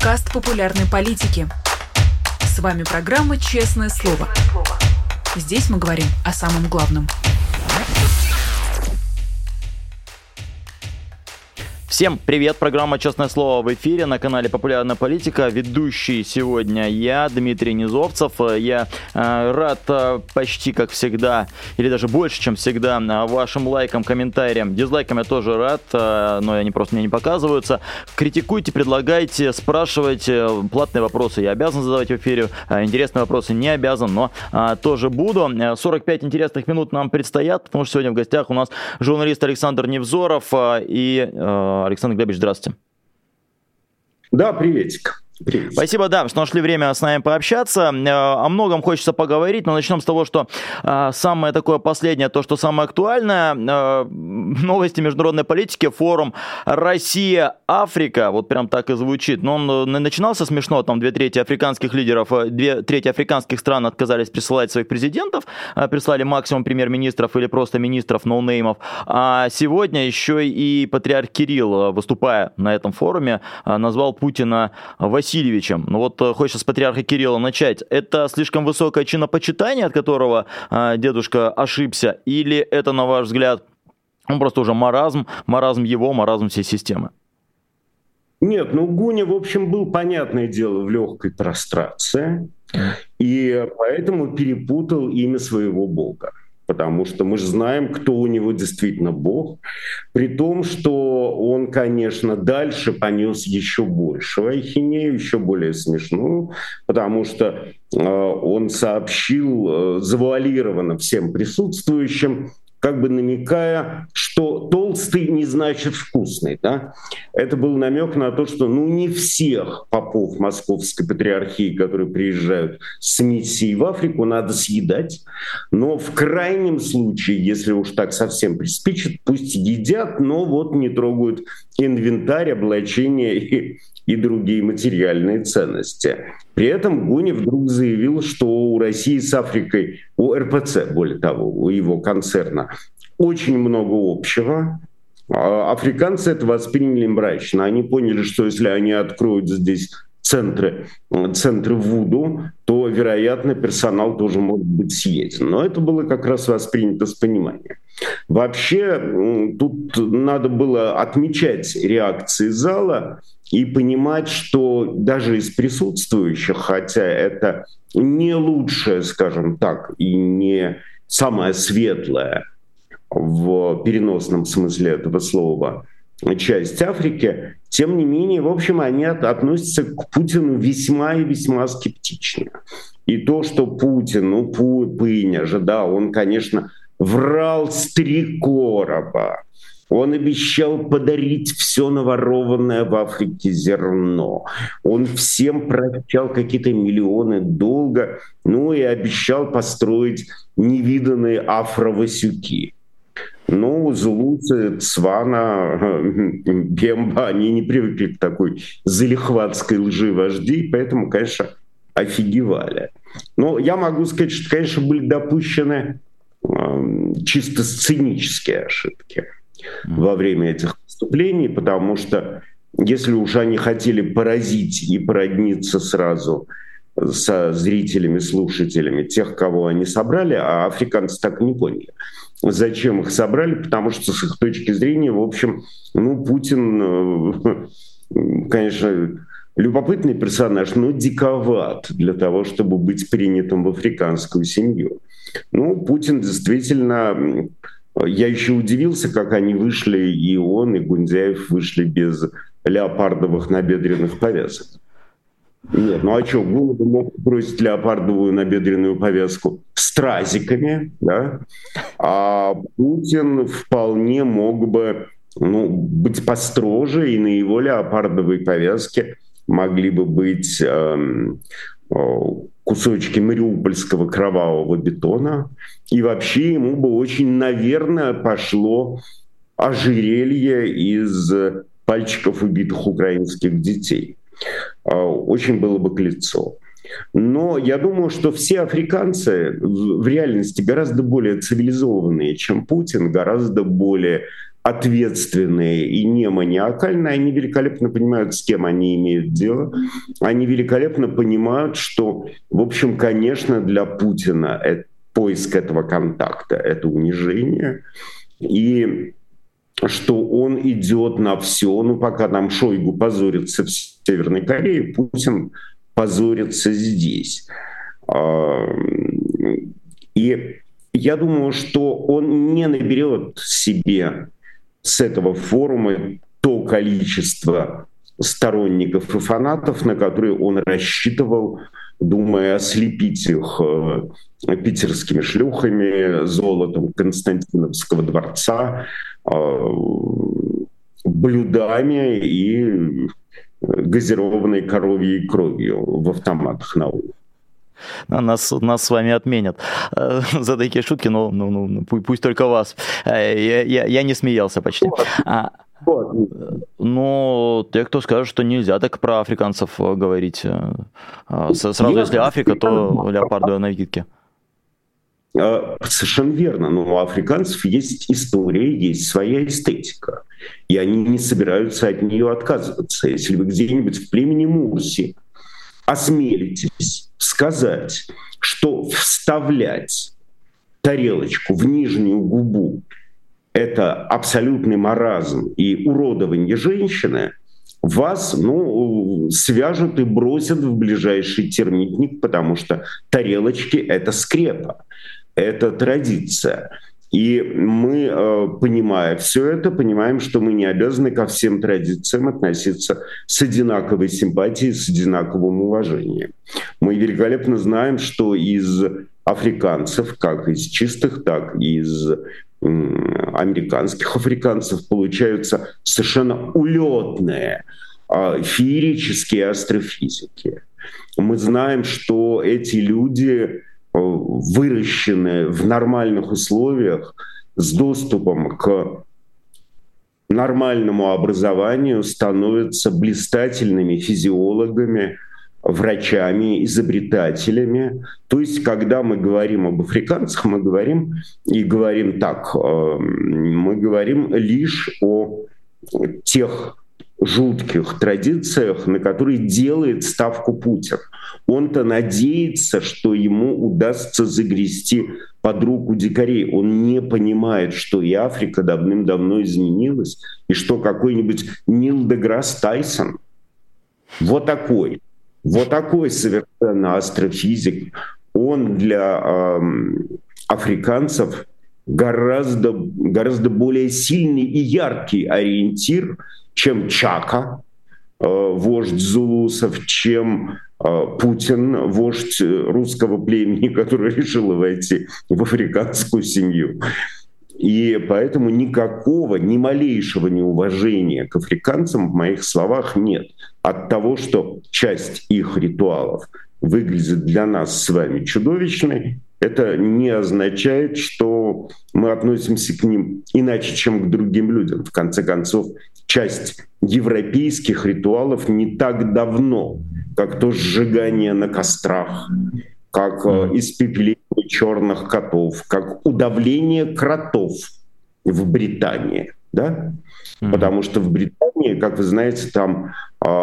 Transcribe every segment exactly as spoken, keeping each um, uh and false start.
подкаст популярной политики. С вами программа «Честное слово». Здесь мы говорим о самом главном. Всем привет, программа «Честное слово» в эфире на канале «Популярная политика». Ведущий сегодня я, Дмитрий Низовцев. Я э, рад э, почти как всегда, или даже больше, чем всегда, вашим лайкам, комментариям. Дизлайкам я тоже рад, э, но они просто мне не показываются. Критикуйте, предлагайте, спрашивайте. Платные вопросы я обязан задавать в эфире, э, интересные вопросы не обязан, но э, тоже буду. сорок пять интересных минут нам предстоят, потому что сегодня в гостях у нас журналист Александр Невзоров э, и... Э, Александр Глебович, здравствуйте. Да, приветик. Привет. Спасибо, да, что нашли время с нами пообщаться. О многом хочется поговорить, но начнем с того, что э, самое такое последнее, то, что самое актуальное, э, новости международной политики, форум «Россия-Африка», вот прям так и звучит. Но он начинался смешно, там две трети африканских лидеров, две трети африканских стран отказались присылать своих президентов, э, прислали максимум премьер-министров или просто министров, ноунеймов. А сегодня еще и патриарх Кирилл, выступая на этом форуме, э, назвал Путина Василием Васильевичем. Ну вот хочется с патриарха Кирилла начать. Это слишком высокое чинопочитание, от которого э, дедушка ошибся? Или это, на ваш взгляд, он просто уже маразм, маразм его, маразм всей системы? Нет, ну Гуня, в общем, был, понятное дело, в легкой прострации, и поэтому перепутал имя своего бога. Потому что мы же знаем, кто у него действительно бог, при том, что он, конечно, дальше понес еще большую ахинею, еще более смешную, потому что э, он сообщил э, завуалированно всем присутствующим, как бы намекая, что толстый не значит вкусный. Да? Это был намек на то, что ну, не всех попов Московской патриархии, которые приезжают с миссией в Африку, надо съедать. Но в крайнем случае, если уж так совсем приспичит, пусть едят, но вот не трогают инвентарь, облачение и, и другие материальные ценности. При этом Гуня вдруг заявил, что у России с Африкой, у эр пэ цэ, более того, у его концерна, очень много общего. Африканцы это восприняли мрачно. Они поняли, что если они откроют здесь центры, центры вуду, то, вероятно, персонал тоже может быть съеден. Но это было как раз воспринято с пониманием. Вообще, тут надо было отмечать реакции зала и понимать, что даже из присутствующих, хотя это не лучшее, скажем так, и не самое светлое в переносном смысле этого слова часть Африки, тем не менее, в общем, они относятся к Путину весьма и весьма скептично. И то, что Путин, ну, Пыня же, да, он, конечно, врал с три короба. Он обещал подарить все наворованное в Африке зерно. Он всем прощал какие-то миллионы долга, ну и обещал построить невиданные афро-васюки. Ну, зулусы, Цвана, Бемба, они не привыкли к такой залихватской лжи вождей, поэтому, конечно, офигевали. Но я могу сказать, что, конечно, были допущены э, чисто сценические ошибки во время этих выступлений, потому что если уж они хотели поразить и породниться сразу со зрителями, слушателями тех, кого они собрали, а африканцы так и не поняли, зачем их собрали, потому что с их точки зрения, в общем, ну, Путин, конечно, любопытный персонаж, но диковат для того, чтобы быть принятым в африканскую семью. Ну, Путин действительно... Я еще удивился, как они вышли, и он, и Гундяев вышли без леопардовых набедренных повязок. Нет, ну а что, Гунд мог бросить леопардовую набедренную повязку с тразиками, да? А Путин вполне мог бы, ну, быть построже, и на его леопардовой повязке могли бы быть эм, кусочки мариупольского кровавого бетона, и вообще ему бы очень, наверное, пошло ожерелье из пальчиков убитых украинских детей. Очень было бы к лицу. Но я думаю, что все африканцы в реальности гораздо более цивилизованные, чем Путин, гораздо более ответственные и не маниакальные, они великолепно понимают, с кем они имеют дело. Они великолепно понимают, что, в общем, конечно, для Путина это, поиск этого контакта — это унижение. И что он идет на все. Ну, пока там Шойгу позорится в Северной Корее, Путин позорится здесь. И я думаю, что он не наберет себе с этого форума то количество сторонников и фанатов, на которые он рассчитывал, думая ослепить их э, питерскими шлюхами, золотом Константиновского дворца, э, блюдами и газированной коровьей кровью в автоматах на улице. Нас, нас с вами отменят э, за такие шутки, но ну, ну, пусть, пусть только вас. Э, я, я, я не смеялся почти. А, но те, кто скажет, что нельзя так про африканцев говорить. Сразу, если Африка, то леопардовые накидки. Совершенно верно. Но у африканцев есть история, есть своя эстетика. И они не собираются от нее отказываться. Если вы где-нибудь в племени Мурси осмелитесь сказать, что вставлять тарелочку в нижнюю губу — это абсолютный маразм и уродование женщины, вас ну, свяжут и бросят в ближайший термитник, потому что тарелочки — это скрепа, это традиция. И мы, понимая все это, понимаем, что мы не обязаны ко всем традициям относиться с одинаковой симпатией, с одинаковым уважением. Мы великолепно знаем, что из африканцев, как из чистых, так и из американских африканцев, получаются совершенно улетные, феерические астрофизики. Мы знаем, что эти люди, выращенные в нормальных условиях, с доступом к нормальному образованию, становятся блистательными физиологами, врачами, изобретателями. То есть, когда мы говорим об африканцах, мы говорим и говорим так, мы говорим лишь о тех жутких традициях, на которые делает ставку Путин. Он-то надеется, что ему удастся загрести под руку дикарей. Он не понимает, что и Африка давным-давно изменилась, и что какой-нибудь Нил деграсс Тайсон, вот такой, вот такой совершенно астрофизик, он для э, африканцев гораздо, гораздо более сильный и яркий ориентир, чем Чака, э, вождь зулусов, чем э, Путин, вождь русского племени, который решил войти в африканскую семью. И поэтому никакого, ни малейшего неуважения к африканцам в моих словах нет. От того, что часть их ритуалов выглядит для нас с вами чудовищной, это не означает, что мы относимся к ним иначе, чем к другим людям. В конце концов, часть европейских ритуалов не так давно, как то сжигание на кострах, как испепеление черных котов, как удавление кротов в Британии. Да? Mm-hmm. Потому что в Британии, как вы знаете, там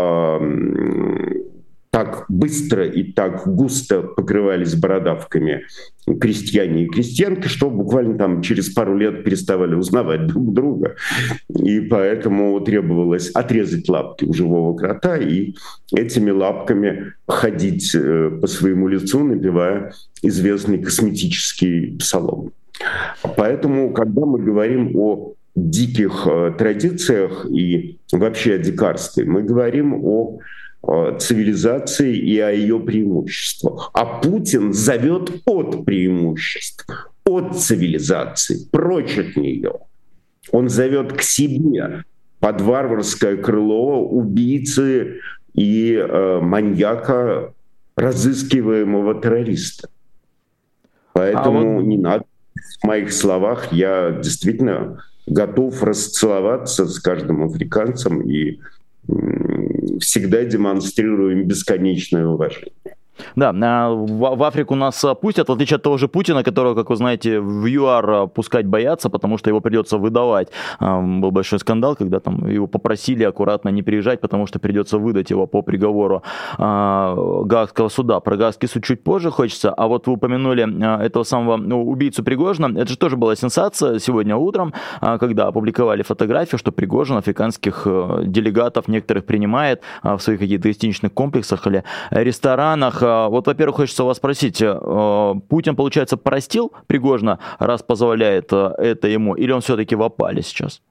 э, так быстро и так густо покрывались бородавками крестьяне и крестьянки, что буквально там через пару лет переставали узнавать друг друга. И поэтому требовалось отрезать лапки у живого крота и этими лапками ходить по своему лицу, напевая известный косметический псалом. Поэтому, когда мы говорим о диких традициях и вообще о дикарстве, мы говорим о цивилизации и о ее преимуществах. А Путин зовет от преимуществ, от цивилизации, прочь от нее. Он зовет к себе под варварское крыло убийцы и э, маньяка, разыскиваемого террориста. Поэтому а вот... не надо в моих словах, я действительно готов расцеловаться с каждым африканцем и всегда демонстрируем бесконечное уважение. Да, в, в Африку нас пустят, в отличие от того же Путина, которого, как вы знаете, в ЮАР пускать боятся, потому что его придется выдавать. Был большой скандал, когда там его попросили аккуратно не приезжать, потому что придется выдать его по приговору Гаагского суда. Про Гаагский суд чуть позже хочется. А вот вы упомянули этого самого ну, убийцу Пригожина. Это же тоже была сенсация сегодня утром, когда опубликовали фотографию, что Пригожин африканских делегатов некоторых принимает в своих каких-то гостиничных комплексах или ресторанах. Вот, во-первых, хочется вас спросить, Путин, получается, простил Пригожина, раз позволяет это ему, или он все-таки в опале сейчас?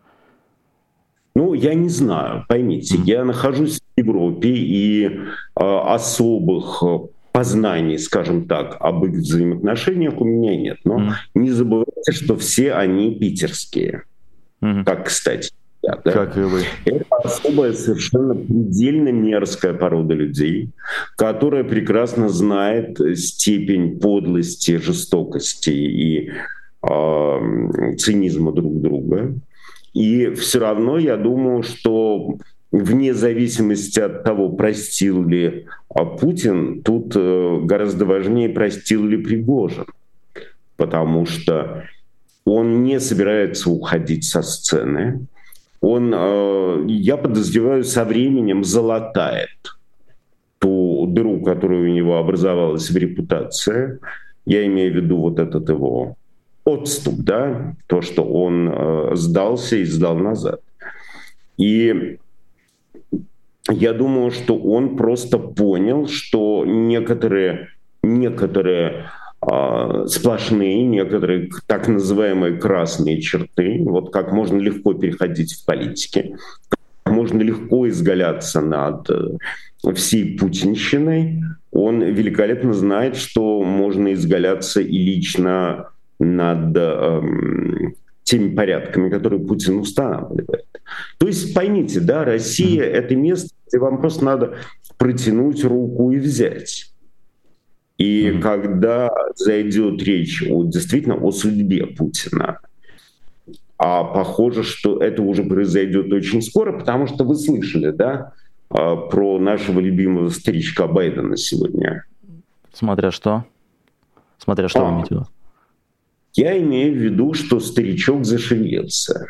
Ну, я не знаю, поймите, mm-hmm. я нахожусь в Европе, и э, особых познаний, скажем так, об их взаимоотношениях у меня нет. Но mm-hmm. не забывайте, что все они питерские, mm-hmm. как, кстати. Да, да? Как и вы. Это особая, совершенно предельно мерзкая порода людей, которая прекрасно знает степень подлости, жестокости и э, цинизма друг друга. И все равно я думаю, что вне зависимости от того, простил ли Путин, тут э, гораздо важнее, простил ли Пригожин. Потому что он не собирается уходить со сцены. Он, я подозреваю, со временем залатает ту дыру, которая у него образовалась в репутации. Я имею в виду вот этот его отступ, да, то, что он сдался и сдал назад. И я думаю, что он просто понял, что некоторые, некоторые сплошные, некоторые так называемые красные черты, вот как можно легко переходить в политике, как можно легко изгаляться над всей путинщиной, он великолепно знает, что можно изгаляться и лично над эм, теми порядками, которые Путин устанавливает. То есть поймите, да, Россия — это место, где вам просто надо протянуть руку и взять. И mm-hmm. когда зайдет речь о, действительно о судьбе Путина, а похоже, что это уже произойдет очень скоро, потому что вы слышали, да, про нашего любимого старичка Байдена сегодня. Смотря что. Смотря что а, вы имеете в виду. Я имею в виду, что старичок зашевелился.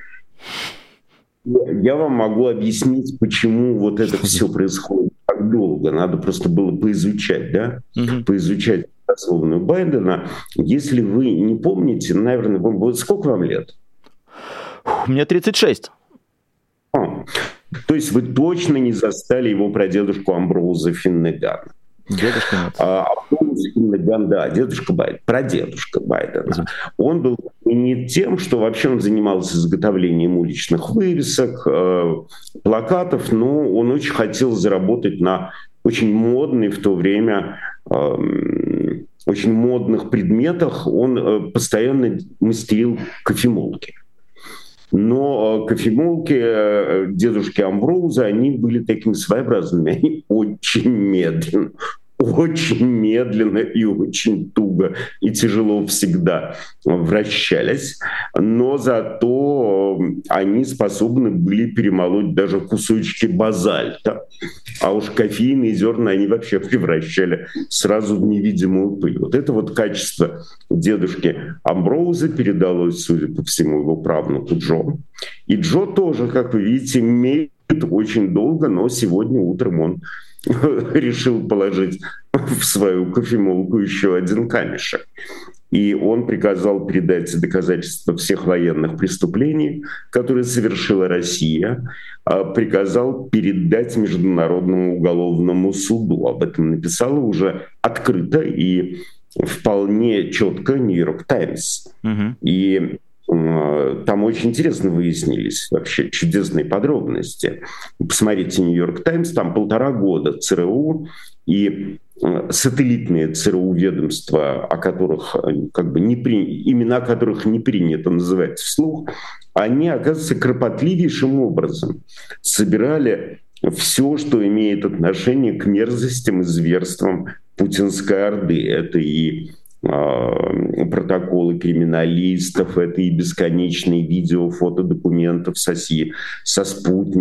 Я вам могу объяснить, почему вот это все происходит так долго. Надо просто было поизучать, да? Угу. Поизучать дословную Байдена. Если вы не помните, наверное, вам, сколько вам лет? Мне тридцать шесть. А, то есть вы точно не застали его прадедушку Амброуза Финнегана. Дедушка нет. А, Финнеган, да, дедушка Байден, прадедушка Байдена. Он был не тем, что вообще он занимался изготовлением уличных вывесок, э, плакатов, но он очень хотел заработать на очень модный в то время, э, очень модных предметах. Он э, постоянно мастерил кофемолки. Но кофемолки дедушки Амброуза, они были такими своеобразными, они очень медленно, очень медленно и очень туго и тяжело всегда вращались, но зато они способны были перемолоть даже кусочки базальта, а уж кофейные зерна они вообще превращали сразу в невидимую пыль. Вот это вот качество дедушки Амброуза передалось, судя по всему, его правнуку Джо. И Джо тоже, как вы видите, имеет очень долго, но сегодня утром он решил положить в свою кофемолку еще один камешек. И он приказал передать доказательства всех военных преступлений, которые совершила Россия, приказал передать Международному уголовному суду. Об этом написала уже открыто и вполне четко «Нью-Йорк Таймс». Угу. И там очень интересно выяснились вообще чудесные подробности. Посмотрите «Нью-Йорк Таймс», там полтора года ЦРУ и сателлитные ЦРУ ведомства, о которых, как бы не при... имена которых не принято называть вслух, они, оказывается, кропотливейшим образом собирали все, что имеет отношение к мерзостям и зверствам путинской орды. Это и протоколы криминалистов, это и бесконечные видео, фотодокументов со, со спутника,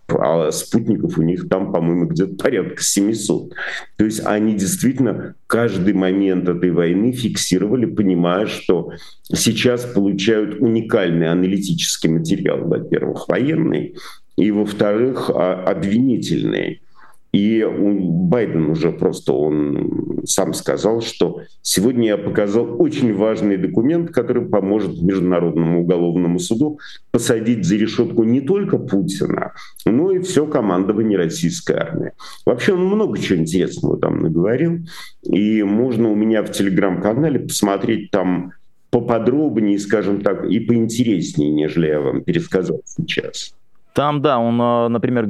а спутников у них там, по-моему, где-то порядка семьсот. То есть они действительно каждый момент этой войны фиксировали, понимая, что сейчас получают уникальный аналитический материал, во-первых, военный, и, во-вторых, обвинительный. И Байден уже просто, он сам сказал, что сегодня я показал очень важный документ, который поможет Международному уголовному суду посадить за решетку не только Путина, но и все командование российской армии. Вообще он много чего интересного там наговорил, и можно у меня в телеграм-канале посмотреть там поподробнее, скажем так, и поинтереснее, нежели я вам пересказал сейчас. Там, да, он, например,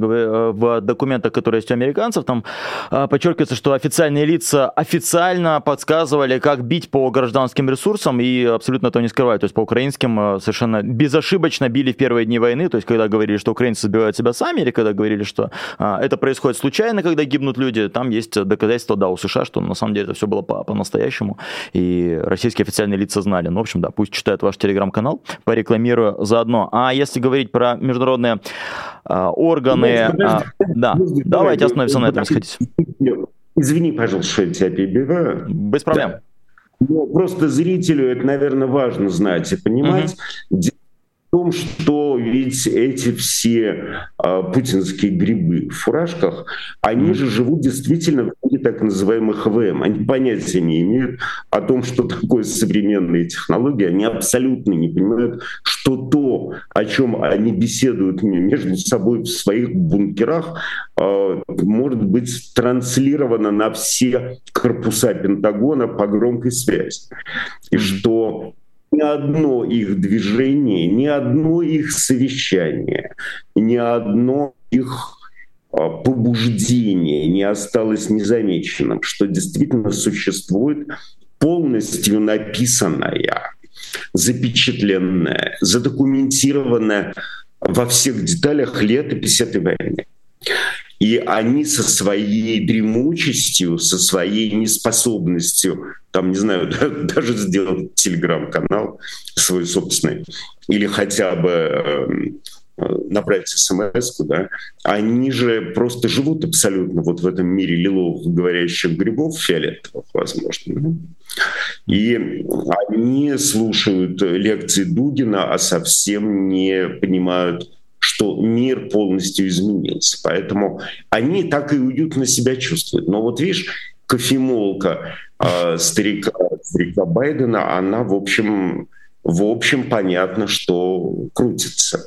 в документах, которые есть у американцев, там подчеркивается, что официальные лица официально подсказывали, как бить по гражданским ресурсам, и абсолютно этого не скрывают. То есть по украинским совершенно безошибочно били в первые дни войны, то есть когда говорили, что украинцы сбивают себя сами, или когда говорили, что это происходит случайно, когда гибнут люди, там есть доказательства, да, у США, что на самом деле это все было по- по-настоящему, и российские официальные лица знали. Ну, в общем, да, пусть читают ваш телеграм-канал, порекламирую заодно. А если говорить про международные органы... Подожди, подожди, а, да, подожди, давайте давай, остановимся на этом, если хотите. Извини, пожалуйста, что я тебя перебиваю. Без проблем. Да. Но просто зрителю это, наверное, важно знать и понимать. Угу. В том, что ведь эти все а, путинские грибы в фуражках, они mm-hmm. же живут действительно в мире так называемых ВМ. Они понятия не имеют о том, что такое современные технологии. Они абсолютно не понимают, что то, о чем они беседуют между собой в своих бункерах, а, может быть транслировано на все корпуса Пентагона по громкой связи. И mm-hmm. что ни одно их движение, ни одно их совещание, ни одно их побуждение не осталось незамеченным, что действительно существует полностью написанная, запечатленная, задокументированная во всех деталях летопись этой войны. И они со своей дремучестью, со своей неспособностью, там, не знаю, даже сделать телеграм-канал свой собственный, или хотя бы э, направить смс-ку, да, они же просто живут абсолютно вот в этом мире лиловых говорящих грибов, фиолетовых, возможно. И они слушают лекции Дугина, а совсем не понимают, что мир полностью изменился. Поэтому они так и уютно себя чувствуют. Но вот видишь, кофемолка э, старика, старика Байдена, она, в общем, в общем, понятно, что крутится.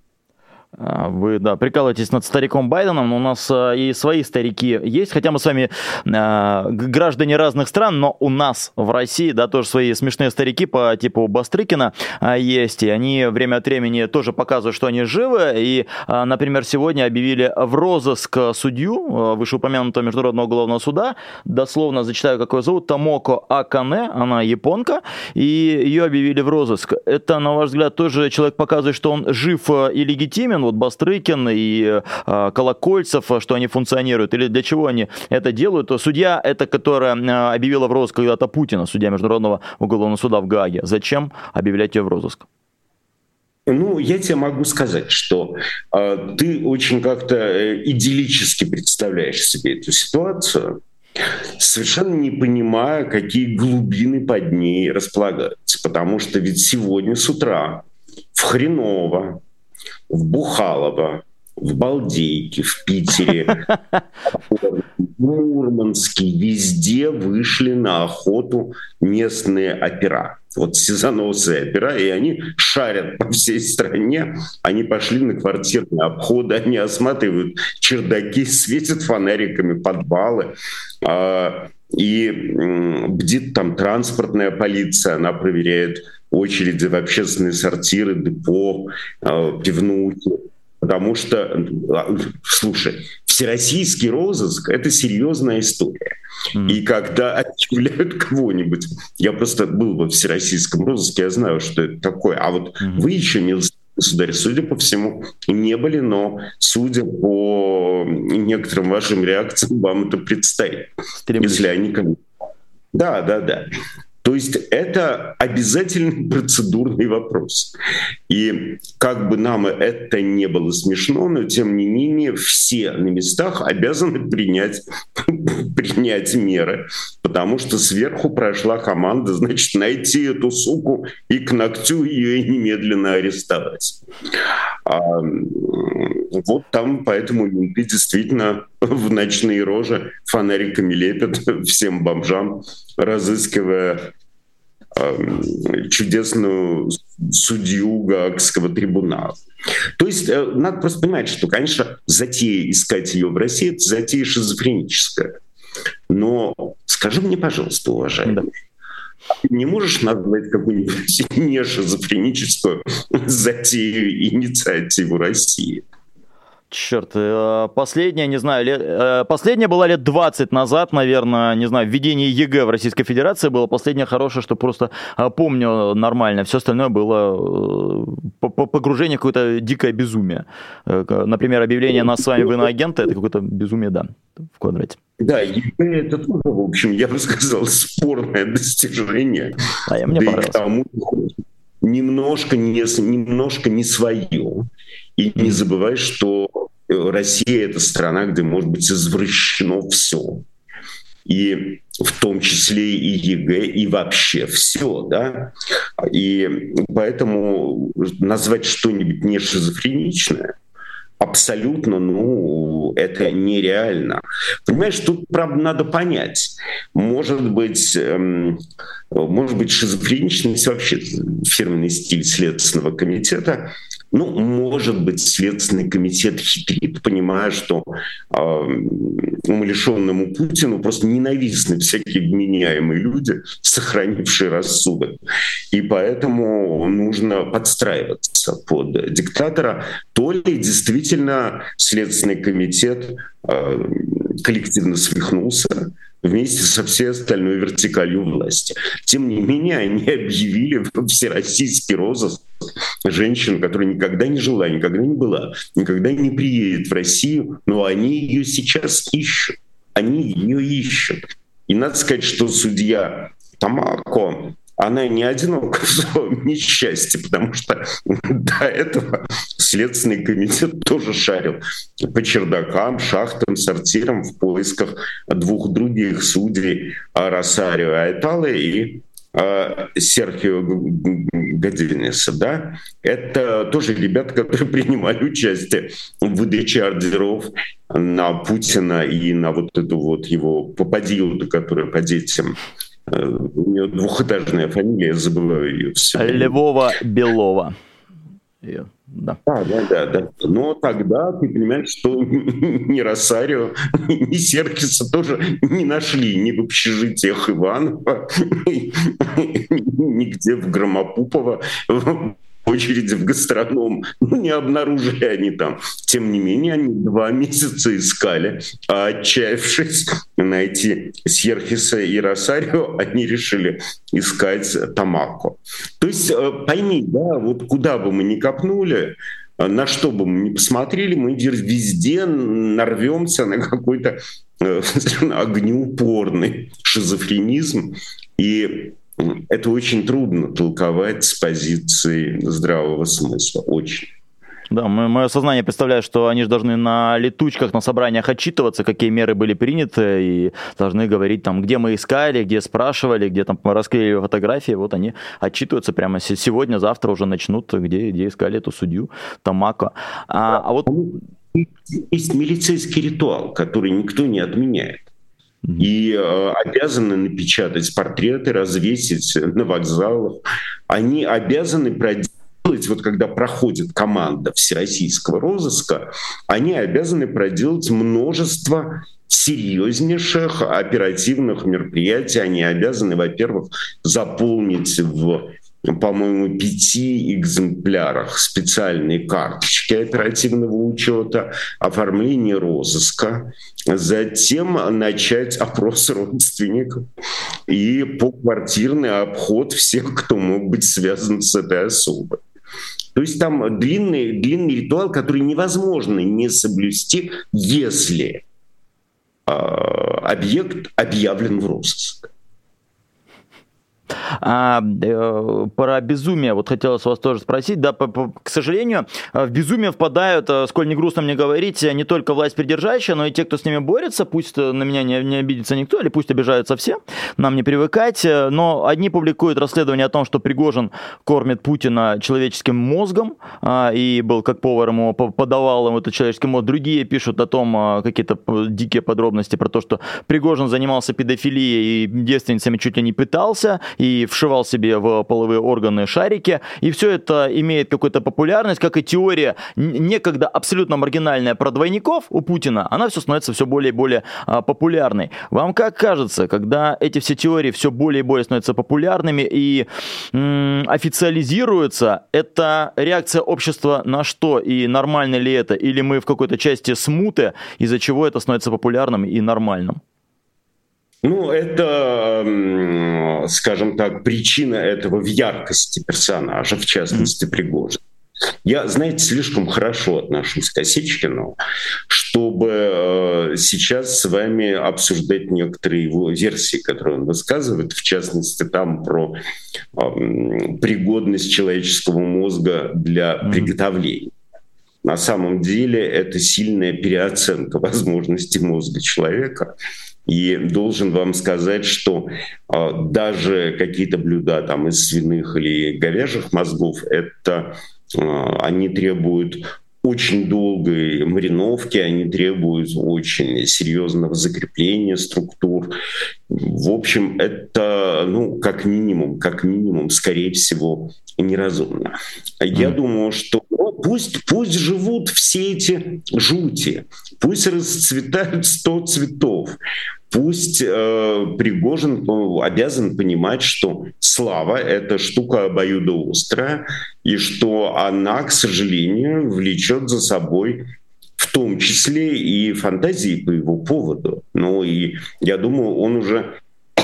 Вы, да, прикалываетесь над стариком Байденом, но у нас и свои старики есть, хотя мы с вами э, граждане разных стран, но у нас в России, да, тоже свои смешные старики по типу Бастрыкина э, есть, и они время от времени тоже показывают, что они живы, и, э, например, сегодня объявили в розыск судью э, вышеупомянутого Международного уголовного суда, дословно зачитаю, как ее зовут, Томоко Акане, она японка, и ее объявили в розыск. Это, на ваш взгляд, тоже человек показывает, что он жив и легитимен, вот Бастрыкин и э, Колокольцев, что они функционируют, или для чего они это делают? Судья, это которая э, объявила в розыск когда-то Путина, судья Международного уголовного суда в Гааге. Зачем объявлять ее в розыск? Ну, я тебе могу сказать, что э, ты очень как-то э, идиллически представляешь себе эту ситуацию, совершенно не понимая, какие глубины под ней располагаются. Потому что ведь сегодня с утра в Хреново, в Бухалово, в Балдейке, в Питере, в Мурманске, везде вышли на охоту местные опера. Вот сезоносые опера, и они шарят по всей стране. Они пошли на квартирные обходы, они осматривают чердаки, светят фонариками подвалы. И бдит там транспортная полиция, она проверяет очереди в общественные сортиры, депо, пивнухи. Потому что, слушай, всероссийский розыск — это серьезная история. Mm-hmm. И когда отчисляют кого-нибудь, я просто был во всероссийском розыске, я знаю, что это такое. А вот mm-hmm. вы еще не, государь, судя по всему, не были, но судя по некоторым вашим реакциям, вам это предстоит. Стремлюсь. Если они... Да, да, да. То есть это обязательный процедурный вопрос. И как бы нам это не было смешно, но тем не менее все на местах обязаны принять, принять меры, потому что сверху прошла команда, значит, найти эту суку и к ногтю ее немедленно арестовать. А вот там поэтому менты действительно в ночные рожи фонариками лепят всем бомжам, разыскивая э, чудесную судью Гаагского трибунала. То есть э, надо просто понимать, что, конечно, затея искать ее в России — это затея шизофреническая. Но скажи мне, пожалуйста, уважаемый, да. Ты не можешь назвать какую-нибудь не шизофреническую затею, инициативу России? Черт, последняя, не знаю, лет, последняя была лет двадцать назад, наверное, не знаю, введение ЕГЭ в Российской Федерации было последнее хорошее, что просто помню нормально. Все остальное было погружение в какое-то дикое безумие. Например, объявление нас с вами в иноагенты — это какое-то безумие, да, в квадрате. Да, ЕГЭ — это тоже, в общем, я бы сказал, спорное достижение. А я, мне да понравилось. И к тому немножко не, немножко не свое. И не забывай, что Россия — это страна, где может быть извращено все. И в том числе и ЕГЭ, и вообще все, да. И поэтому назвать что-нибудь не шизофреничное абсолютно, ну, это нереально. Понимаешь, тут, правда, надо понять. Может быть, эм, может быть, шизофреничность вообще фирменный стиль Следственного комитета. Ну, может быть, Следственный комитет хитрит, понимая, что э, умалишенному Путину просто ненавистны всякие вменяемые люди, сохранившие рассудок. И поэтому нужно подстраиваться под диктатора. То ли действительно Следственный комитет э, коллективно свихнулся вместе со всей остальной вертикалью власти. Тем не менее, они объявили всероссийский розыск женщин, которая никогда не жила, никогда не была, никогда не приедет в Россию, но они ее сейчас ищут. Они ее ищут. И надо сказать, что судья Тамако, она не одинока в своем несчастье, потому что до этого Следственный комитет тоже шарил по чердакам, шахтам, сортирам в поисках двух других судей, Росарио Айталы и Серхио Годинеса, да, это тоже ребята, которые принимали участие в выдаче ордеров на Путина и на вот эту вот его попадилу, которая по детям. У нее двухэтажная фамилия, я забываю ее все. Львова-Белова. Да. Да, да, да, да. Но тогда ты понимаешь, что ни Росарио, ни Серкиса тоже не нашли ни в общежитиях Иванова, нигде в Громопупово, в очереди в гастроном. Ну, не обнаружили они там. Тем не менее, они два месяца искали, а отчаявшись найти Серхиса и Росарио, они решили искать Тамако. То есть пойми, да, вот куда бы мы ни копнули, на что бы мы ни посмотрели, мы везде нарвемся на какой-то огнеупорный шизофренизм. И это очень трудно толковать с позиции здравого смысла. Очень. Да, мое сознание представляет, что они же должны на летучках, на собраниях отчитываться, какие меры были приняты, и должны говорить, там, где мы искали, где спрашивали, где там расклеили фотографии. Вот они отчитываются прямо сегодня, завтра уже начнут, где, где искали эту судью Тамако. А, а вот... Есть милицейский ритуал, который никто не отменяет. И э, обязаны напечатать портреты, развесить на вокзалах. Они обязаны проделать, вот когда проходит команда всероссийского розыска, они обязаны проделать множество серьезнейших оперативных мероприятий. Они обязаны, во-первых, заполнить в, по-моему, пяти экземплярах специальные карточки оперативного учета, оформление розыска, затем начать опрос родственников и поквартирный обход всех, кто мог быть связан с этой особой. То есть там длинный, длинный ритуал, который невозможно не соблюсти, если э, объект объявлен в розыск. А, э, про безумие вот хотелось вас тоже спросить. Да, по, по, к сожалению, в безумие впадают, сколь не грустно мне говорить, не только власть придержащая, но и те, кто с ними борется. Пусть на меня не, не обидится никто, или пусть обижаются все, нам не привыкать. Но одни публикуют расследование о том, что Пригожин кормит Путина человеческим мозгом, а, и был как повар ему подавал ему этот человеческий мозг. Другие пишут о том, а, какие-то дикие подробности про то, что Пригожин занимался педофилией и девственницами чуть ли не пытался, и вшивал себе в половые органы шарики, и все это имеет какую-то популярность, как и теория некогда абсолютно маргинальная про двойников у Путина, она все становится все более и более а, популярной. Вам как кажется, когда эти все теории все более и более становятся популярными и м- официализируются, это реакция общества на что, и нормально ли это, или мы в какой-то части смуты, из-за чего это становится популярным и нормальным? Ну, это, скажем так, причина этого в яркости персонажа, в частности, Пригожина. Я, знаете, слишком хорошо отношусь к Осечкину, чтобы сейчас с вами обсуждать некоторые его версии, которые он высказывает, в частности, там про пригодность человеческого мозга для приготовления. На самом деле это сильная переоценка возможностей мозга человека. И должен вам сказать, что э, даже какие-то блюда там, из свиных или говяжьих мозгов, это, э, они требуют очень долгой мариновки, они требуют очень серьезного закрепления структур. В общем, это, ну, как минимум, как минимум, скорее всего, неразумно. Я mm. думаю, что ну, пусть, пусть живут все эти жути, пусть расцветают сто цветов. Пусть э, Пригожин ну, обязан понимать, что слава — это штука обоюдоострая, и что она, к сожалению, влечет за собой в том числе и фантазии по его поводу. Ну и я думаю, он уже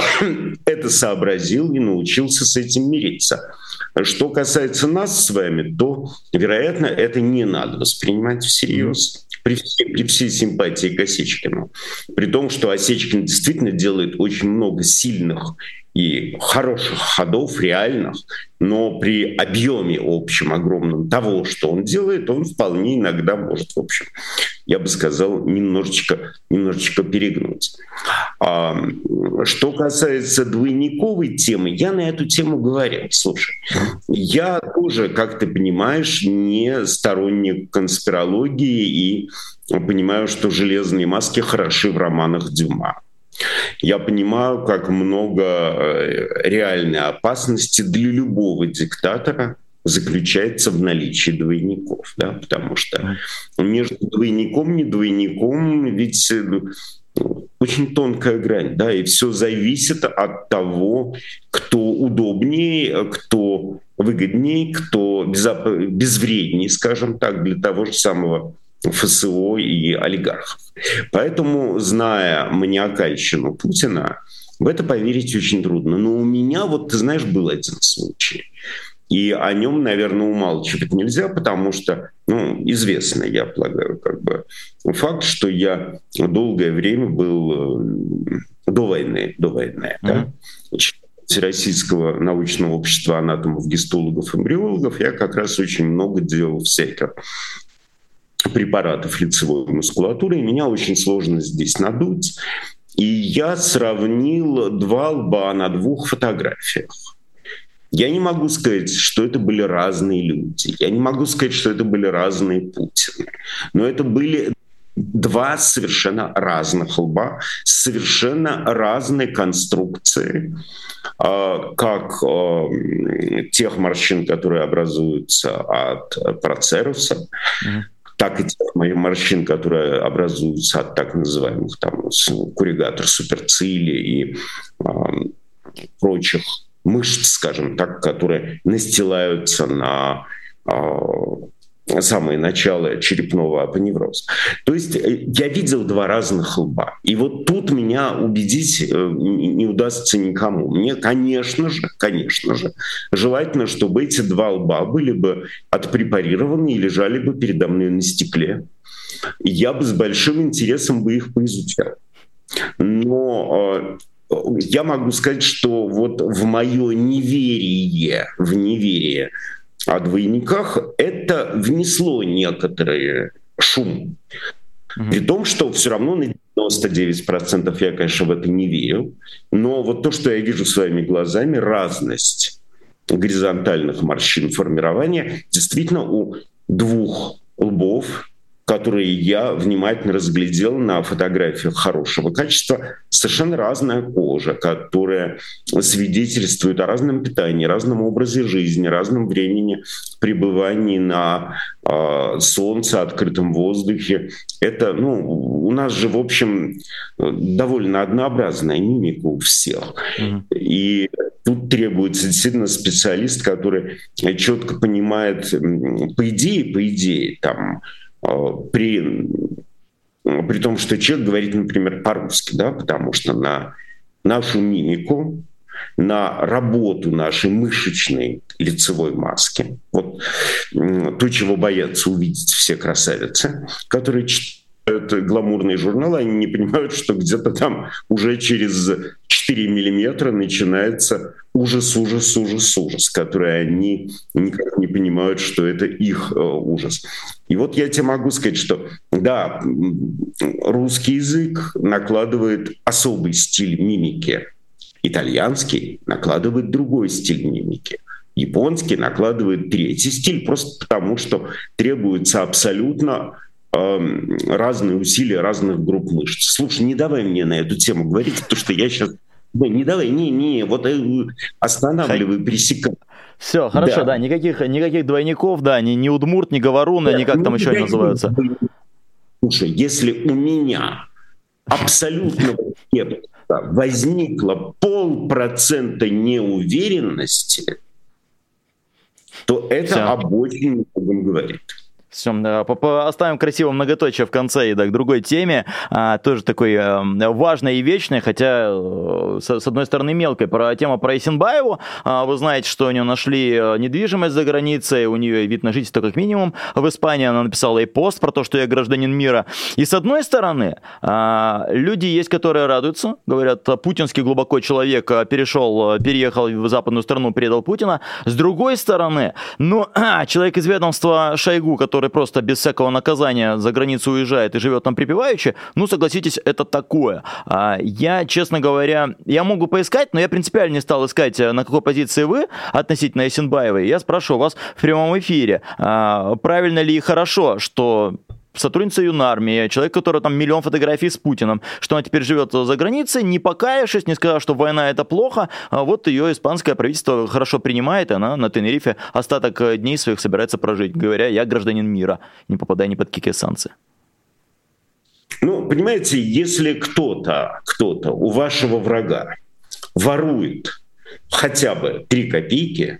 это сообразил и научился с этим мириться. Что касается нас с вами, то, вероятно, это не надо воспринимать всерьез. При всей, при всей симпатии к Осечкину. При том, что Осечкин действительно делает очень много сильных и хороших ходов, реальных, но при объеме общем огромном того, что он делает, он вполне иногда может, в общем, я бы сказал, немножечко, немножечко перегнуть. А, что касается двойниковой темы, я на эту тему говорил. Слушай, я тоже, как ты понимаешь, не сторонник конспирологии и понимаю, что железные маски хороши в романах Дюма. Я понимаю, как много реальной опасности для любого диктатора заключается в наличии двойников, да, потому что между двойником и двойником ведь очень тонкая грань, да, и все зависит от того, кто удобнее, кто выгоднее, кто безвреднее, скажем так, для того же самого ФСО и олигархов. Поэтому, зная маниакальщину Путина, в это поверить очень трудно. Но у меня, вот ты знаешь, был один случай. И о нем, наверное, умалчивать нельзя, потому что, ну, известно, я полагаю, как бы факт, что я долгое время был до войны, до войны, mm-hmm. да, Российского научного общества анатомов, гистологов, эмбриологов, я как раз очень много делал всяких препаратов лицевой мускулатуры, и меня очень сложно здесь надуть. И я сравнил два лба на двух фотографиях. Я не могу сказать, что это были разные люди. Я не могу сказать, что это были разные Путины. Но это были два совершенно разных лба, совершенно разной конструкции, как тех морщин, которые образуются от процеруса, mm-hmm. так и тех морщин, которые образуются от так называемых там, корригатор суперцилия и э, прочих мышц, скажем так, которые настилаются на э, самое начало черепного апоневроза. То есть я видел два разных лба. И вот тут меня убедить э, не удастся никому. Мне, конечно же, конечно же, желательно, чтобы эти два лба были бы отпрепарированы и лежали бы передо мной на стекле. Я бы с большим интересом бы их поизучал. Но э, я могу сказать, что вот в мое неверие, в неверие о двойниках это внесло некоторый шум. Mm-hmm. При том, что все равно на девяносто девять процентов я, конечно, в это не верю. Но вот то, что я вижу своими глазами, разность горизонтальных морщин формирования, действительно у двух лбов, которые я внимательно разглядел на фотографиях хорошего качества, совершенно разная кожа, которая свидетельствует о разном питании, разном образе жизни, разном времени пребывания на э, солнце, открытом воздухе. Это, ну, у нас же, в общем, довольно однообразная мимика у всех. Mm-hmm. И тут требуется действительно специалист, который четко понимает, по идее, по идее, там, При, при том, что человек говорит, например, по-русски, да, потому что на нашу мимику, на работу нашей мышечной лицевой маски, вот то, чего боятся увидеть все красавицы, которые читают гламурные журналы, они не понимают, что где-то там уже через четыре миллиметра начинается ужас, ужас, ужас, ужас, который они никак не понимают, что это их э, ужас. И вот я тебе могу сказать, что да, русский язык накладывает особый стиль мимики, итальянский накладывает другой стиль мимики, японский накладывает третий стиль, просто потому что требуется абсолютно разные усилия разных групп мышц. Слушай, не давай мне на эту тему говорить, потому что я сейчас... Да, не давай, не, не, вот останавливай, пересекай. Все, хорошо, да, да никаких, никаких двойников, да, ни, ни удмурт, ни говорун, да, ни как там еще они называются. Слушай, если у меня абсолютно возникло полпроцента неуверенности, то это Все. Об очень многом говорит. Все, оставим красивое многоточие в конце и да, к другой теме, а, тоже такой а, важной и вечной, хотя с, с одной стороны мелкой. Про тему про Эйсенбаеву. А, вы знаете, что у нее нашли недвижимость за границей, у нее вид на жительство как минимум в Испании. Она написала и пост про то, что я гражданин мира. И с одной стороны, а, люди есть, которые радуются, говорят, путинский глубоко человек перешел, переехал в западную страну, предал Путина. С другой стороны, ну, человек из ведомства Шойгу, который который просто без всякого наказания за границу уезжает и живет там припеваючи, ну, согласитесь, это такое. Я, честно говоря, я могу поискать, но я принципиально не стал искать, на какой позиции вы относительно Эйсенбаевой. Я спрошу вас в прямом эфире, правильно ли и хорошо, что сотрудница юнармии, человек, который там миллион фотографий с Путиным, что она теперь живет за границей, не покаявшись, не сказав, что война это плохо, а вот ее испанское правительство хорошо принимает, и она на Тенерифе остаток дней своих собирается прожить, говоря, я гражданин мира, не попадая ни под какие санкции. Ну, понимаете, если кто-то, кто-то у вашего врага ворует хотя бы три копейки,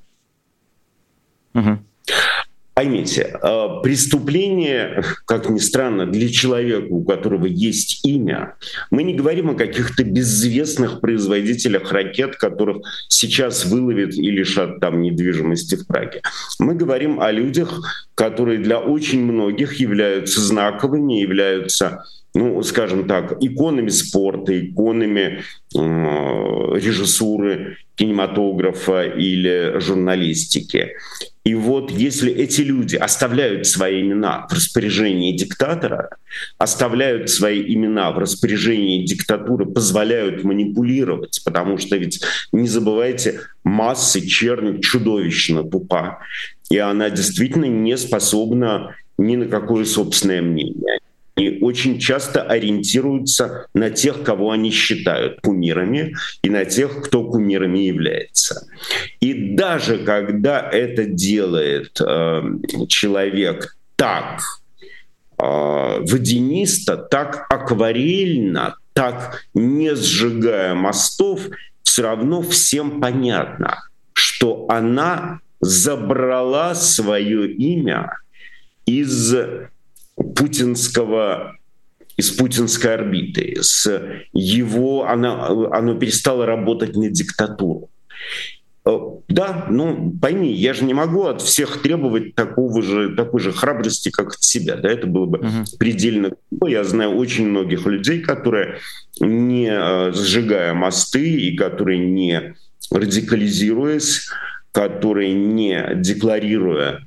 угу. Поймите, преступление, как ни странно, для человека, у которого есть имя, мы не говорим о каких-то безвестных производителях ракет, которых сейчас выловят и лишат там недвижимости в Праге. Мы говорим о людях, которые для очень многих являются знаковыми, являются, ну, скажем так, иконами спорта, иконами э, режиссуры, кинематографа или журналистики. И вот если эти люди оставляют свои имена в распоряжении диктатора, оставляют свои имена в распоряжении диктатуры, позволяют манипулировать, потому что ведь, не забывайте, массы чернь чудовищно тупа, и она действительно не способна ни на какое собственное мнение. И очень часто ориентируются на тех, кого они считают кумирами, и на тех, кто кумирами является. И даже когда это делает э, человек так э, водянисто, так акварельно, так не сжигая мостов, все равно всем понятно, что она забрала свое имя из путинского, из путинской орбиты, с его, она, оно перестало работать на диктатуру. Да, ну пойми, я же не могу от всех требовать такого же, такой же храбрости, как от себя. Да, это было бы uh-huh. предельно глупо. Я знаю очень многих людей, которые, не сжигая мосты и которые, не радикализируясь, которые, не декларируя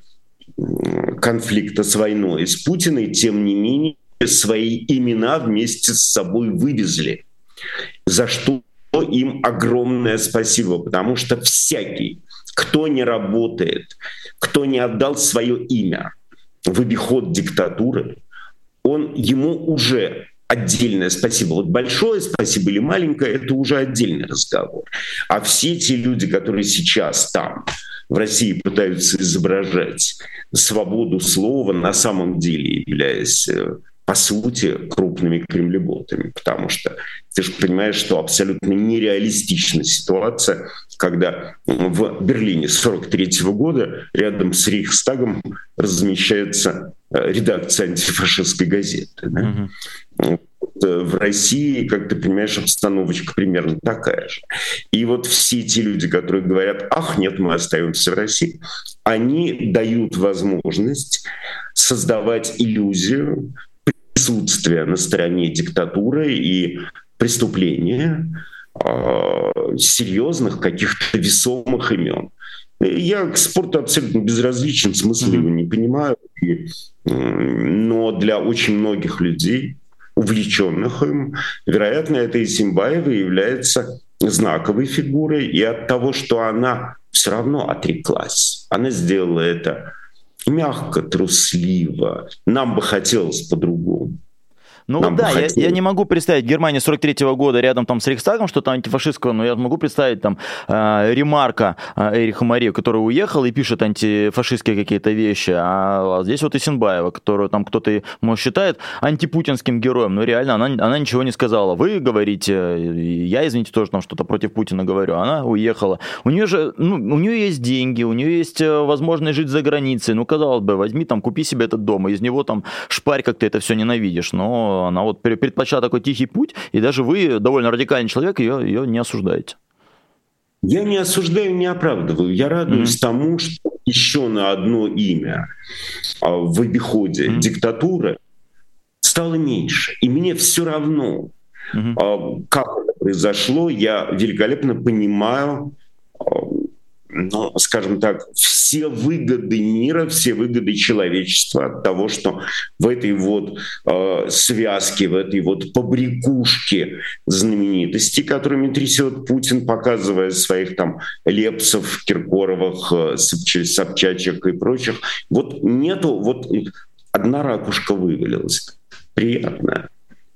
конфликта с войной с Путиным, тем не менее свои имена вместе с собой вывезли. За что им огромное спасибо, потому что всякий, кто не работает, кто не отдал свое имя в обиход диктатуры, он, ему уже отдельное спасибо. Вот большое спасибо или маленькое — это уже отдельный разговор. А все те люди, которые сейчас там, в России, пытаются изображать свободу слова, на самом деле являясь, по сути, крупными кремлеботами, потому что ты же понимаешь, что абсолютно нереалистична ситуация, когда в Берлине сорок третьего года рядом с Рейхстагом размещается редакция антифашистской газеты. Да? Mm-hmm. В России, как ты понимаешь, обстановочка примерно такая же. И вот все те люди, которые говорят: ах, нет, мы остаемся в России, они дают возможность создавать иллюзию присутствия на стороне диктатуры и преступления э, серьезных, каких-то весомых имен. Я к спорту абсолютно безразличен, смысла его не понимаю. И, э, но для очень многих людей, увлеченных им, вероятно, эта Исимбаева является знаковой фигурой. И от того, что она все равно отреклась, она сделала это мягко, трусливо. Нам бы хотелось по-другому. Ну Нам да, я, я не могу представить Германию сорок третьего года рядом там с Рейхстагом, что-то антифашистского, но я могу представить там э, Ремарка э, Эриха Мари, который уехал и пишет антифашистские какие-то вещи, а, а здесь вот Исимбаева, которую там кто-то, может, считает антипутинским героем, но реально она, она ничего не сказала. Вы говорите, я, извините, тоже там что-то против Путина говорю, она уехала. У нее же, ну, у нее есть деньги, у нее есть возможность жить за границей, ну, казалось бы, возьми там, купи себе этот дом, из него там шпарь, как ты это все ненавидишь, но она вот предпочла такой тихий путь, и даже вы, довольно радикальный человек, ее, ее не осуждаете. Я не осуждаю, не оправдываю. Я радуюсь mm-hmm. тому, что еще на одно имя в обиходе mm-hmm. диктатуры стало меньше. И мне все равно, mm-hmm. как это произошло. Я великолепно понимаю, ну, скажем так, все выгоды мира, все выгоды человечества от того, что в этой вот э, связке, в этой вот побрякушке знаменитостей, которыми трясет Путин, показывая своих там Лепсов, Киркоровых, э, Собчачек и прочих, вот нету, вот одна ракушка вывалилась. Приятная.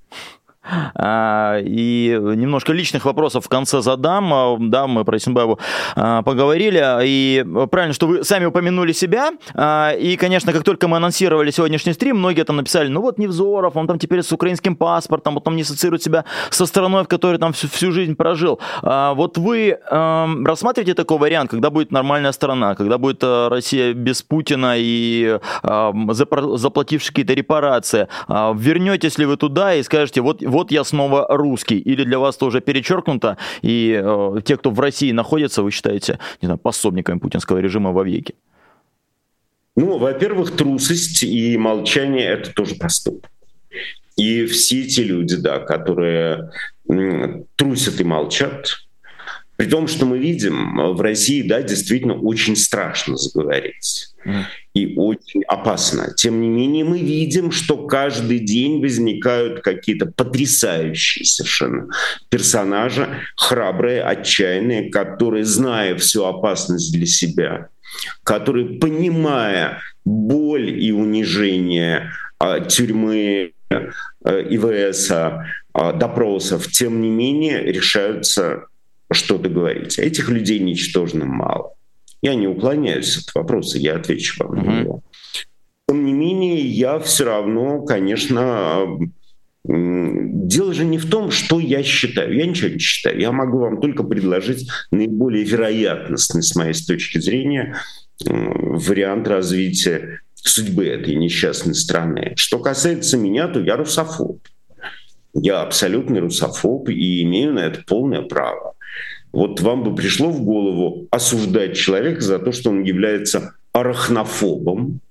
И немножко личных вопросов в конце задам. Да, мы про Исимбаеву поговорили. И правильно, что вы сами упомянули себя. И, конечно, как только мы анонсировали сегодняшний стрим, многие там написали: ну вот Невзоров, он там теперь с украинским паспортом, вот он не ассоциирует себя со страной, в которой там всю, всю жизнь прожил. Вот вы рассматриваете такой вариант, когда будет нормальная страна, когда будет Россия без Путина и заплатившая какие-то репарации? Вернетесь ли вы туда и скажете: вот вот я снова русский, или для вас это уже перечеркнуто, и э, те, кто в России находится, вы считаете, не знаю, пособниками путинского режима вовеки? Ну, во-первых, трусость и молчание — это тоже поступок. И все эти люди, да, которые м, трусят и молчат, при том, что мы видим в России, да, действительно очень страшно заговорить. Mm. И очень опасно. Тем не менее, мы видим, что каждый день возникают какие-то потрясающие совершенно персонажи, храбрые, отчаянные, которые, зная всю опасность для себя, которые, понимая боль и унижение а, тюрьмы, а, ИВС, а, допросов, тем не менее решаются что-то говорить. А этих людей ничтожно мало. Я не уклоняюсь от вопроса, я отвечу вам на него. Тем не менее, я все равно, конечно, дело же не в том, что я считаю. Я ничего не считаю. Я могу вам только предложить наиболее вероятностный, с моей точки зрения, вариант развития судьбы этой несчастной страны. Что касается меня, то я русофоб. Я абсолютный русофоб и имею на это полное право. Вот вам бы пришло в голову осуждать человека за то, что он является арахнофобом,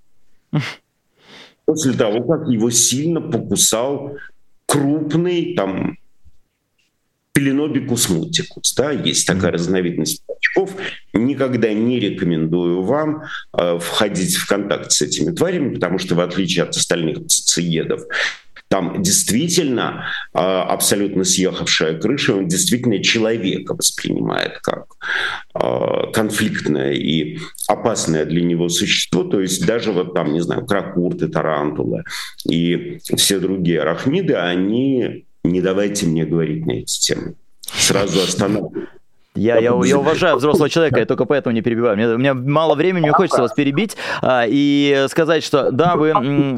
после того, как его сильно покусал крупный там Пеленобикус мутикус, да, есть такая разновидность паучков. Никогда не рекомендую вам э, входить в контакт с этими тварями, потому что, в отличие от остальных птицеедов, там действительно э, абсолютно съехавшая крыша, он действительно человека воспринимает как э, конфликтное и опасное для него существо. То есть даже вот там, не знаю, кракурты, тарантулы и все другие арахниды, они... Не давайте мне говорить на эти темы. Сразу останавливаю. Я, я, я уважаю взрослого человека, я только поэтому не перебиваю. Мне, у меня мало времени, мне хочется вас перебить а, и сказать, что да, вы...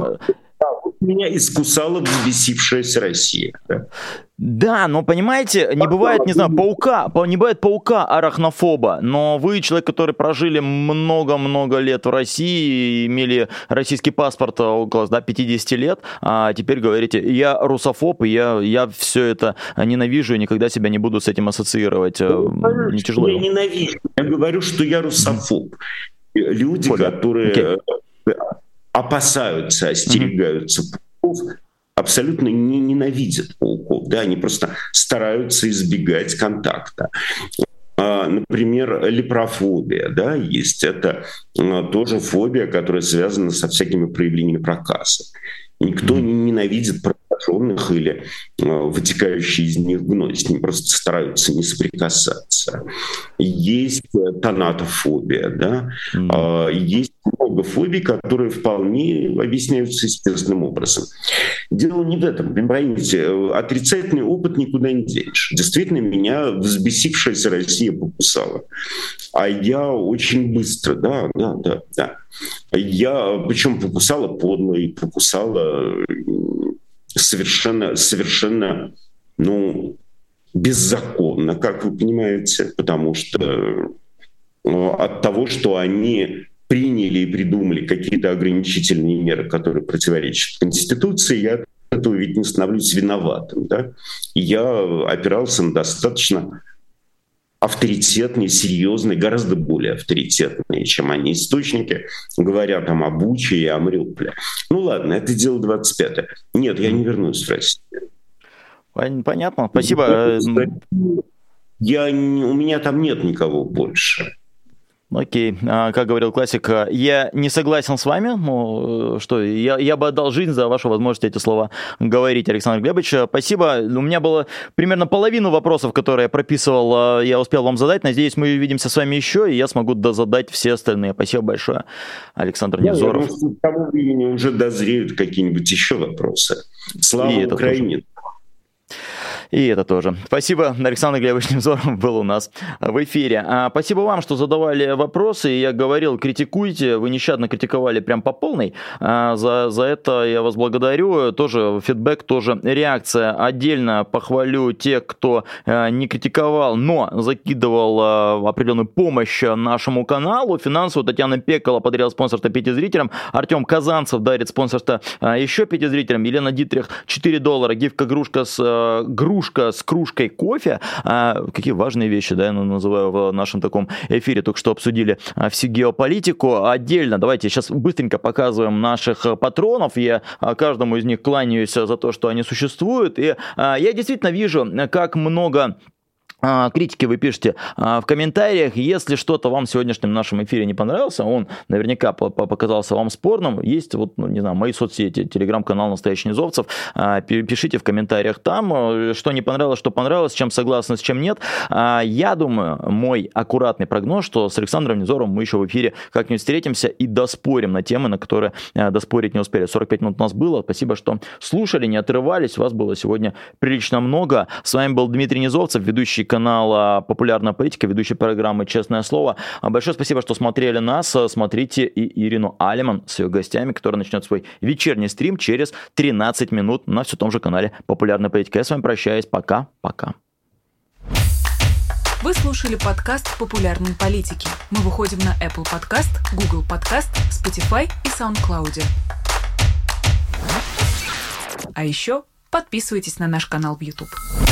Меня искусала взбесившаяся Россия. Да? Да, но понимаете, не бывает, не знаю, паука, не бывает паука арахнофоба, но вы человек, который прожили много-много лет в России, имели российский паспорт около да, пятьдесят лет, а теперь говорите, я русофоб, и я, я все это ненавижу и никогда себя не буду с этим ассоциировать. Не тяжело. Я ненавижу, я говорю, что я русофоб. Люди, Коля. которые... Okay. опасаются, остерегаются mm-hmm. пауков, абсолютно не ненавидят пауков, да, они просто стараются избегать контакта. Например, лепрофобия, да, есть. Это тоже фобия, которая связана со всякими проявлениями проказа. Никто не ненавидит прокаженных или вытекающий из них гной, с ним просто стараются не соприкасаться. Есть тонатофобия, да, mm-hmm. есть много фобий, которые вполне объясняются естественным образом. Дело не в этом, понимаете, отрицательный опыт никуда не денешь. Действительно, меня взбесившаяся Россия покусала. А я очень быстро, да, да, да, да. Я, причем покусала подло и покусала совершенно, совершенно, ну, беззаконно, как вы понимаете, потому что от того, что они приняли и придумали какие-то ограничительные меры, которые противоречат Конституции, я от этого ведь не становлюсь виноватым. Да? Я опирался на достаточно авторитетные, серьезные, гораздо более авторитетные, чем они источники, говоря там о Буче и о Мариуполе. Ну ладно, это дело двадцать пятое. Нет, я не вернусь в Россию. Понятно, спасибо. Я, у меня там нет никого больше. Окей, а, как говорил классик, я не согласен с вами, ну что, я, я бы отдал жизнь за вашу возможность эти слова говорить, Александр Глебович. Спасибо, у меня было примерно половину вопросов, которые я прописывал, я успел вам задать, надеюсь, мы увидимся с вами еще, и я смогу дозадать все остальные. Спасибо большое, Александр да, Невзоров. Я думаю, к тому времени уже дозреют какие-нибудь еще вопросы. Слава и Украине! И это тоже. Спасибо, Александр Глебович Невзоров был у нас в эфире. А, спасибо вам, что задавали вопросы. Я говорил, критикуйте. Вы нещадно критиковали прям по полной. А, за, за это я вас благодарю. Тоже фидбэк, тоже реакция. Отдельно похвалю тех, кто а, не критиковал, но закидывал а, определенную помощь нашему каналу. Финансово Татьяна Пекола подарила спонсорство пяти зрителям. Артем Казанцев дарит спонсорство а, еще пяти зрителям. Елена Дитрих четыре доллара. Гифка-грушка с а, грушкой. с кружкой кофе. А, какие важные вещи, да, я называю в нашем таком эфире, только что обсудили а, всю геополитику. Отдельно, давайте сейчас быстренько показываем наших патронов. Я а, каждому из них кланяюсь за то, что они существуют. И а, я действительно вижу, как много критики вы пишете в комментариях. Если что-то вам в сегодняшнем нашем эфире не понравилось, он наверняка показался вам спорным, есть вот, ну, не знаю, мои соцсети, телеграм-канал «Настоящий Низовцев», пишите в комментариях там, что не понравилось, что понравилось, с чем согласны, с чем нет. Я думаю, мой аккуратный прогноз, что с Александром Невзоровым мы еще в эфире как-нибудь встретимся и доспорим на темы, на которые доспорить не успели. сорок пять минут у нас было. Спасибо, что слушали, не отрывались. Вас было сегодня прилично много. С вами был Дмитрий Низовцев, ведущий канала «Популярная политика», ведущий программы «Честное слово». Большое спасибо, что смотрели нас. Смотрите и Ирину Алиман с ее гостями, которая начнет свой вечерний стрим через тринадцать минут на все том же канале «Популярная политика». Я с вами прощаюсь. Пока-пока. Вы слушали подкаст «Популярной политики». Мы выходим на Apple Podcast, Google Podcast, Spotify и SoundCloud. А еще подписывайтесь на наш канал в YouTube.